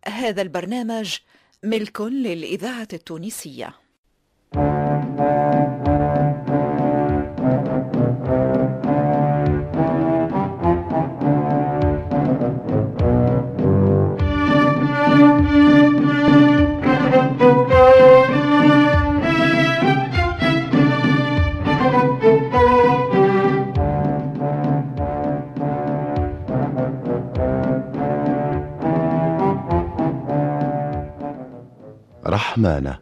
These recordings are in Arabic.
هذا البرنامج ملك للإذاعة التونسية. رحمانة.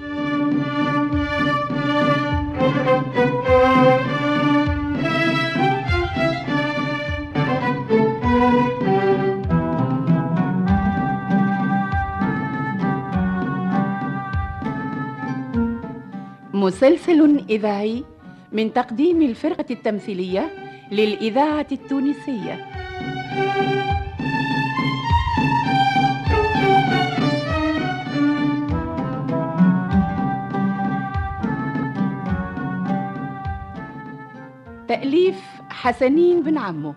مسلسل إذاعي من تقديم الفرقة التمثيلية للإذاعة التونسية. تأليف حسنين بن عمو.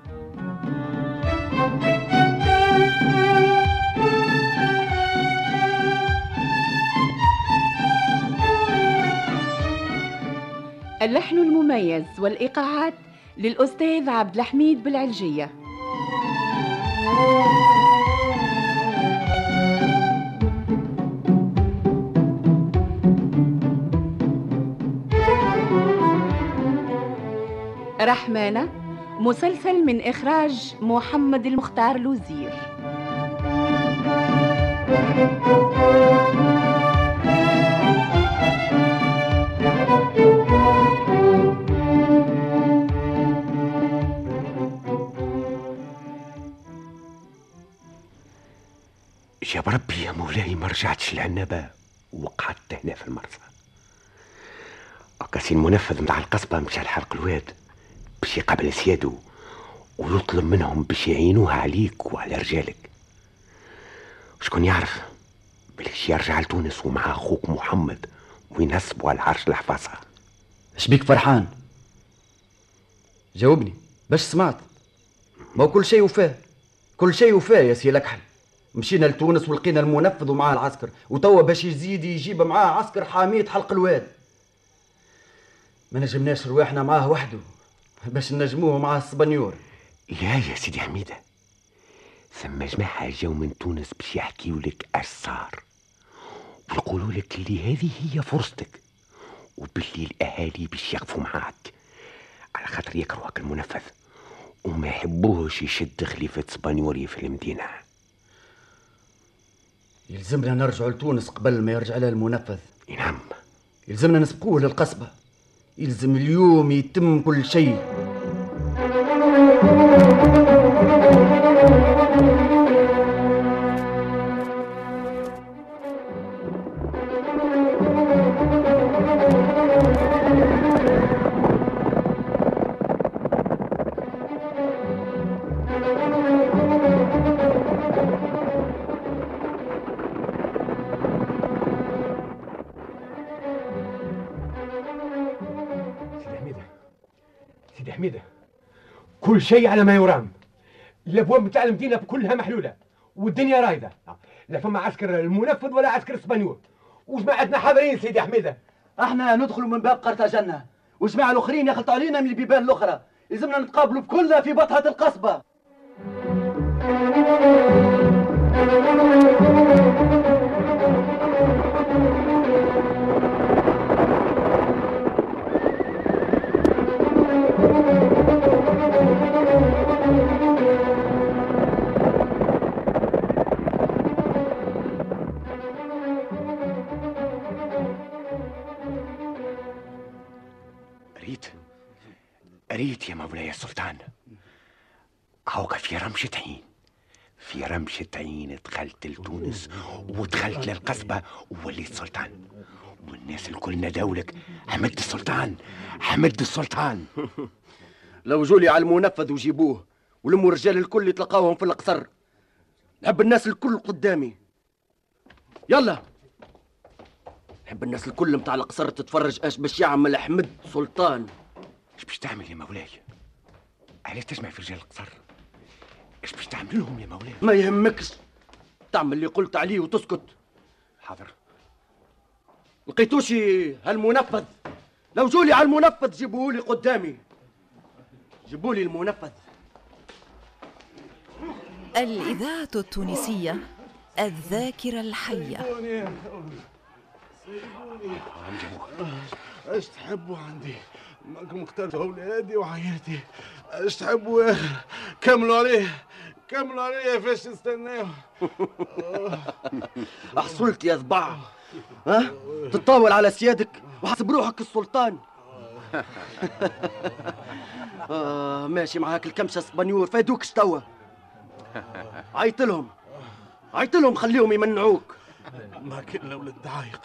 اللحن المميز والإيقاعات للأستاذ عبد الحميد بالعلجية. رحمانة مسلسل من إخراج محمد المختار لوزير. يا بربي يا مولاي ما رجعتش العنبة وقعدت هنا في المرصى. كاسين منفذ متاع القصبة مشى لحرق الواد باش يقابل سيادو ويطلب منهم باش يعينوها عليك وعلى رجالك. شكون يعرف بليش يرجع لتونس ومع اخوك محمد وينسبوا على عرش الحفاظة. اش بيك فرحان؟ جاوبني باش سمعت. ما هو كل شيء وفاه، كل شيء وفاه يا سي لكحل. مشينا لتونس ولقينا المنفذ ومعاه العسكر، وتوا باش يزيد يجيب معاه عسكر حامية حلق الواد. ما نجمناش رواحنا معاه وحده باش نجموه مع السبانيور. لا يا سيدي حميدة، ثم جماعة جاو من تونس باش يحكيوا لك اش صار ويقولوا لك اللي هذه هي فرصتك، وباللي الاهالي باش يقفوا معاك على خاطر يكرهوك المنفذ وما يحبوهش يشد خليفة سبانيوري في المدينة. يلزمنا نرجع لتونس قبل ما يرجع لها المنفذ. نعم، يلزمنا نسبقوه للقصبة. يلزم اليوم يتم كل شيء. سيدي حميدة كل شيء على ما يرام. الابواب بتاع المدينه كلها محلوله والدنيا رايده، لا فما عسكر المنفذ ولا عسكر اسبانيول، وجماعتنا حاضرين سيدي حميدة. احنا ندخلوا من باب قرطاجنة وجماعة الاخرين يخلطوا علينا من البيبان الاخرى. لازمنا نتقابلوا بكلنا في بطحة القصبة. أريد يا مولاي السلطان، هوكا في رمشة عين، في رمشة عين دخلت لتونس ودخلت للقصبة ووليت سلطان، والناس الكل نداولك حمد السلطان حمد السلطان. لو جولي على المنفذ وجيبوه ولموا الرجال الكل يتلقاوهم في القصر. نحب الناس الكل قدامي. يلا نحب الناس الكل متاع القصر تتفرج اش باش يعمل حمد سلطان. ايش باش تعمل يا مولاي؟ علاش تجمع في رجال القصر؟ ايش باش تعمل لهم يا مولاي؟ ما يهمكش، تعمل اللي قلت عليه وتسكت. حاضر. لقيتوشي هالمنفذ؟ لو جولي على المنفذ جيبوهولي قدامي، جيبولي المنفذ. الإذاعة التونسية الذاكرة الحية. ايش تحبوا عندي؟ ماكم اخترتوا اولادي وعائلتي، ايش تحبوا يا اخي؟ كملوا عليه فاش تستناو. حصلت يا ضبع، ها؟ تتطاول على سيادك وحسب روحك السلطان. ماشي معاك الكمشة اسبانيور فايدوكش توا. عيط لهم خليهم يمنعوك. ما كنا ولد دعايق.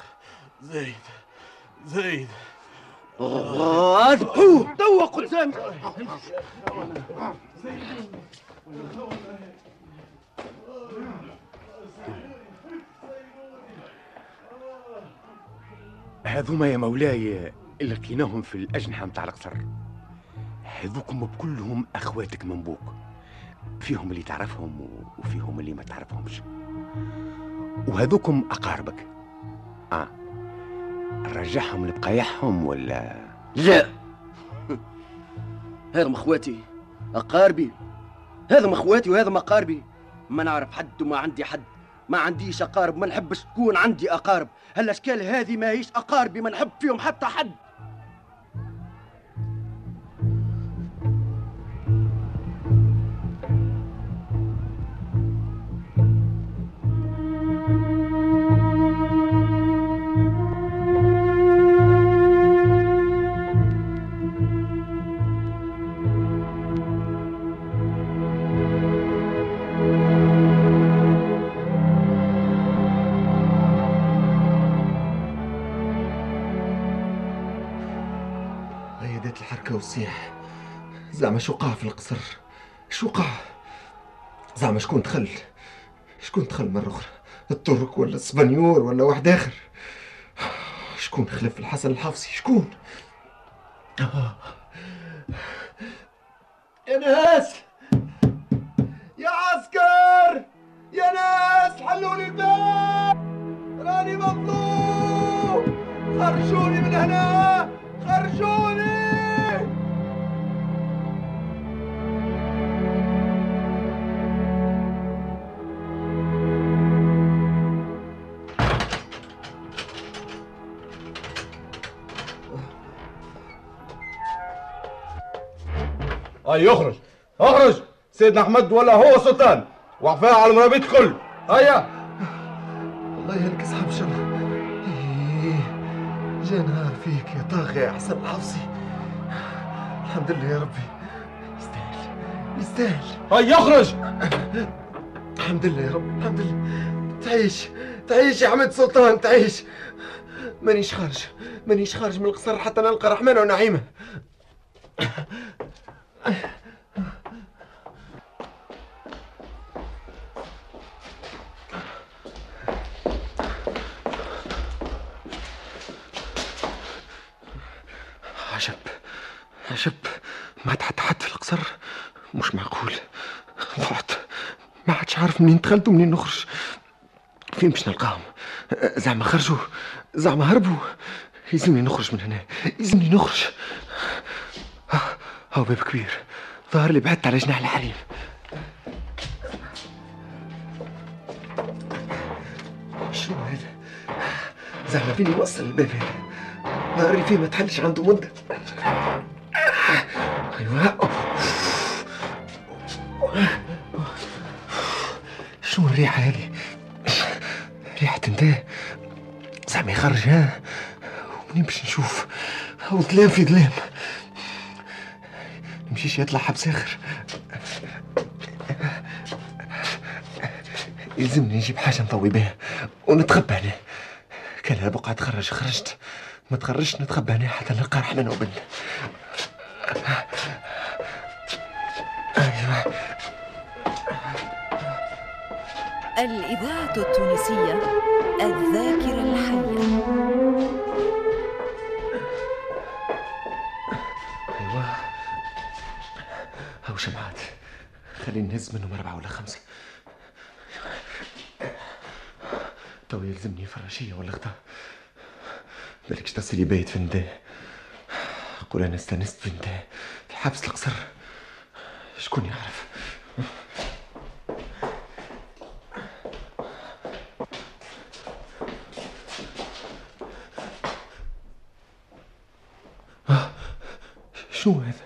زايد اذبحوه توا قدامي. هذوما يا مولاي اللي لقيناهم في الأجنحة متاع القصر، هذوكم بكلهم أخواتك من بوك، فيهم اللي تعرفهم وفيهم اللي ما تعرفهمش، وهذوكم أقاربك. نرجعهم لبقايعهم ولا لا؟ هذا اخواتي اقاربي، هذا اخواتي وهذا اقاربي. ما نعرف حد وما عندي حد، ما عنديش اقارب، ما نحبش تكون عندي اقارب. هالاشكال هذه ما هيش اقاربي، ما نحب فيهم حتى حد. الحركة والصياح. زعما شو قع في القصر؟ شو قع؟ زعما شكون دخل مرة أخرى؟ الترك ولا السبانيور ولا واحد آخر؟ شكون خلف الحسن الحفصي؟ شكون؟ يا ناس، يا عسكر، يا ناس حلوني الباب، راني مظلوم، خرجوني من هنا، خرجوني. اي اخرج سيدنا احمد ولا هو سلطان، وعفاه على المرابيط كل. هيا الله يهلك اصحاب الشر. جا نهار فيك يا طاغي يا حسن الحفصي. الحمد لله يا ربي، يستاهل. هيا اخرج. الحمد لله يا رب، الحمد لله. تعيش يا حمد سلطان، تعيش. مانيش خارج من القصر حتى نلقى رحمانه ونعيمه. عجب، ما حد في القصر. مش معقول، ضعت، ما عادش عارف منين دخلت ومنين نخرج. فين باش نلقاهم؟ زعما خرجوا، زعما هربوا. يلزمني نخرج من هنا، يلزمني نخرج. هاو باب كبير، ظهر لي بعدت على جناح الحريم. شنو هذا؟ زعما فين يوصل الباب هذا؟ ظهر لي فيه ما تحلش عنده مدة. ايوه. شنو الريحة هذه؟ ريحة انتهى. زعما يخرج، ها؟ ومنين باش نشوف؟ او ظلام في ظلام. نمشيش يطلع حبس اخر. يلزمني نجيب حاجة نطوي بها ونتخبى هنا. كان بقعة تخرج خرجت، ما تخرجش نتخبى هنا حتى نلقى رحمن وبن. أيوة. الإذاعة التونسية الذاكرة الحية. أيوة، هاو شمعات، خلينا نهز منهم 4 ولا 5. تو يلزمني فراشية ولا غدا. بالكش تصلي بايت في نداه. قول انا استانست في نداه في حبس القصر. شكون يعرف؟ شنو هذا؟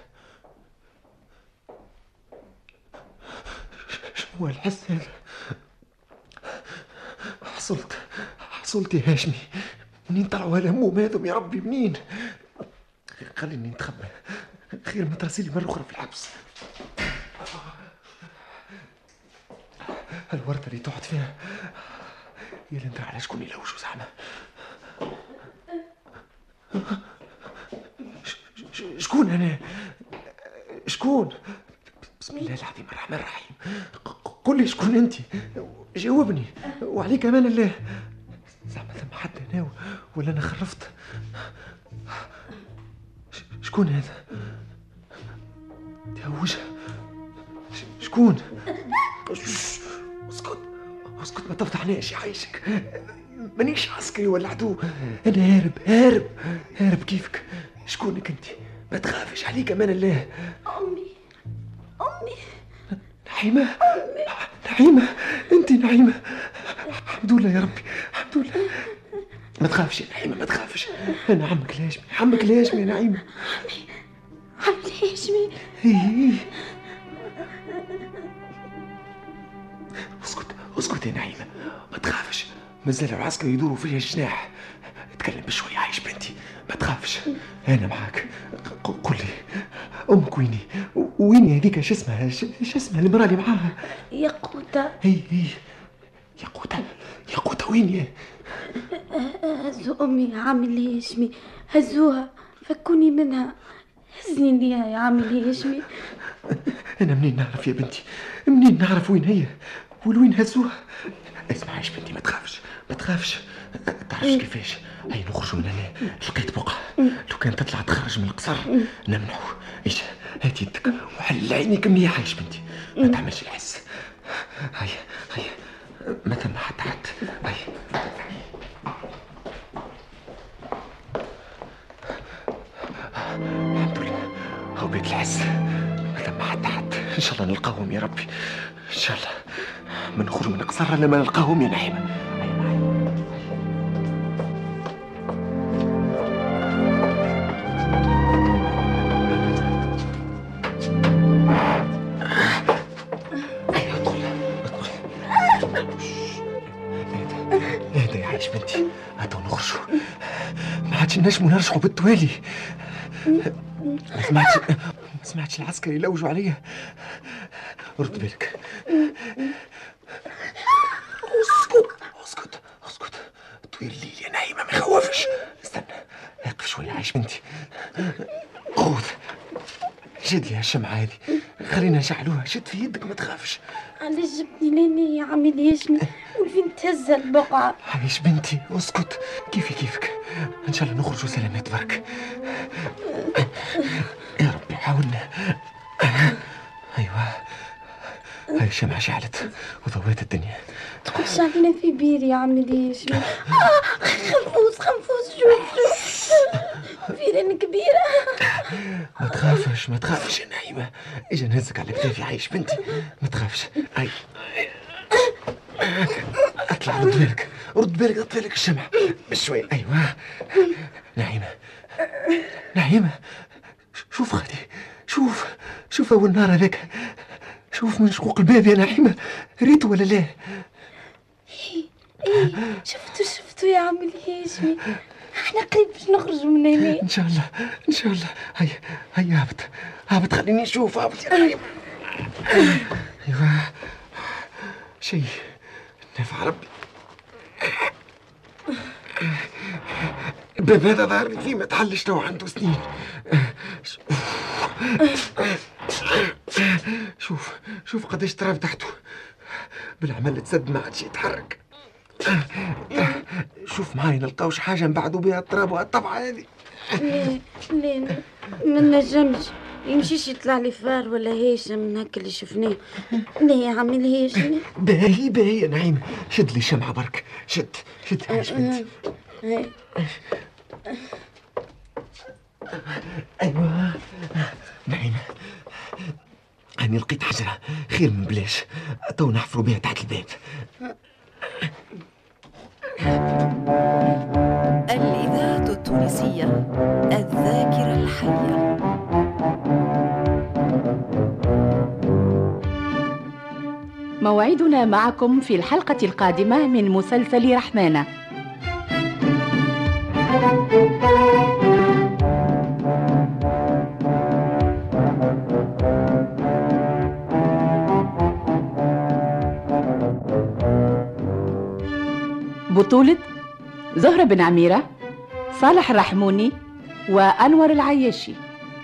شنو الحس هذا؟ حصلت يا هاشمي. منين طلعوا هالهموم هذم يا ربي منين؟ خليني نتخبى، خير ما ترسلي مرة أخرى في الحبس. الوردة اللي تقعد فيها هي اللي ندري على شكون يلوجوا زعما. شكون أنا؟ شكون؟ بسم الله العظيم الرحمن الرحيم. قل لي شكون أنت؟ جاوبني وعليك أمان الله. زعما ثم حد هنا ولا أنا خرفت؟ شكون هذا؟ تهوجها. شكون؟ اسكت ما تفضحناش يعيشك. مانيش عسكري ولا عدو، انا هارب كيفك. شكونك انت؟ ما تخافش عليك امان الله. امي نعيمة انت نعيمة. الحمد لله يا ربي الحمد لله. ما تخافش يا نعيمة ما تخافش. انا عمك الهاشمي يا نعيمة. عم الهاشمي. هي اسكت يا نعيمة ما تخافش. مازال العسكر يدوروا فيها الجناح. اتكلم بشوية عايش بنتي ما تخافش. انا معاك. قل لي امك ويني هذيك شو اسمها المرأة اللي معاها؟ يقوتة. هي يقوتة وين؟ هزوا امي يا عم الهاشمي، هزوها فكوني منها. هزني ليها يا عم الهاشمي. انا منين نعرف يا بنتي؟ منين نعرف وين هي والوين هزوها؟ اسمع عايش بنتي ما تخافش. تعرفش كيفاش؟ هاي نخرجوا من هنا. لقيت بقعة لو كان تطلع تخرج من القصر نمنعو. ايش هات يدك وحل عينيك مليح عايش بنتي ما تعملش الحس. هيا ما ثم حد هيا. الحمد لله هو بيت الحس ما ثم حد. ان شاء الله نلقاهم يا ربي ان شاء الله. ما نخرج من القصر لما نلقاهم يا نعيمة. اهدى يا عايش بنتي هاتوا نخرجوا. ما عادش نجموا نرجعوا بالتوالي. ما سمعتش العسكري يلوجوا عليا. رد بالك. اسكت طويل الليل يا نعيمة ما يخوفش. استنى اقف شوية عايش بنتي. خذ شد لي هالشمعة هذه خلينا نشعلوها. شد في يدك ما تخافش. علاش جبتني لهنا يا عمي الهاشمي والفين تهز البقعة؟ عايش بنتي اسكت. كيفك ان شاء الله نخرجوا سلامات برك. يا ربي حاولنا. ايوه هاي الشمعة شعلت وضويت الدنيا. تقولش علينا في بير يا عمي الهاشمي. خنفوس شوف فيران كبيرة. ما تخافش يا نعيمة. اجا نهزك على كتافي عايش بنتي ما تخافش. هاي اطلع رد بالك الشمعة بشوي. ايوه نعيمة شوف غادي شوف اول نار هذاك. شوف من شقوق الباب يا نعيمة. ريتو ولا لا؟ ايه شفتو يا عمي الهاشمي. احنا قريب باش نخرجوا من هنا ان شاء الله. هيا هابط خليني نشوف. هابط يا نعيمة. ايوه شيء نفع ربي. الباب هذا ظهر لي فيه ما تحلش تو عنده سنين. شوف قداش تراب تحته. بالعمل تسد ما عادش يتحرك. شوف معاي نلقاوش حاجة نبعدوا بها التراب والطبعة هذه. لا ما نجمش. يمشيش يطلع لي فار ولا هيشم من هكا اللي شفناه. لا يا عمي الهاشمي. باهي باهي يا نعيمة، شد لي شمعة برك، شد عايش بنتي. ايوه نعيمة، أنا لقيت حجرة خير من بلاش، تو نحفروا بها تحت الباب. الإذاعة التونسية الذاكرة الحية. موعدنا معكم في الحلقة القادمة من مسلسل رحمانة. بطولة زهرة بن عميرة، صالح الرحموني، وأنور العياشي.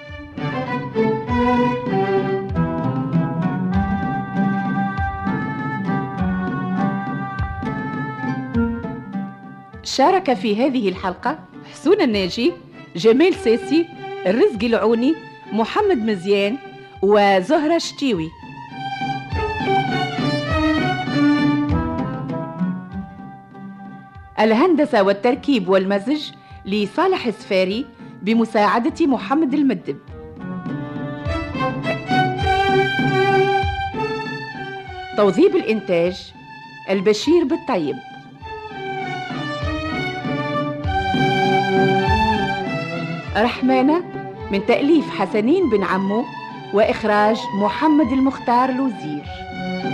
شارك في هذه الحلقة حسون الناجي، جمال ساسي، الرزق العوني، محمد مزيان، وزهرة شتيوي. الهندسة والتركيب والمزج لصالح السفاري بمساعدة محمد المدب. توظيف الإنتاج البشير بالطيب. رحمانة من تأليف حسنين بن عمو وإخراج محمد المختار لوزير.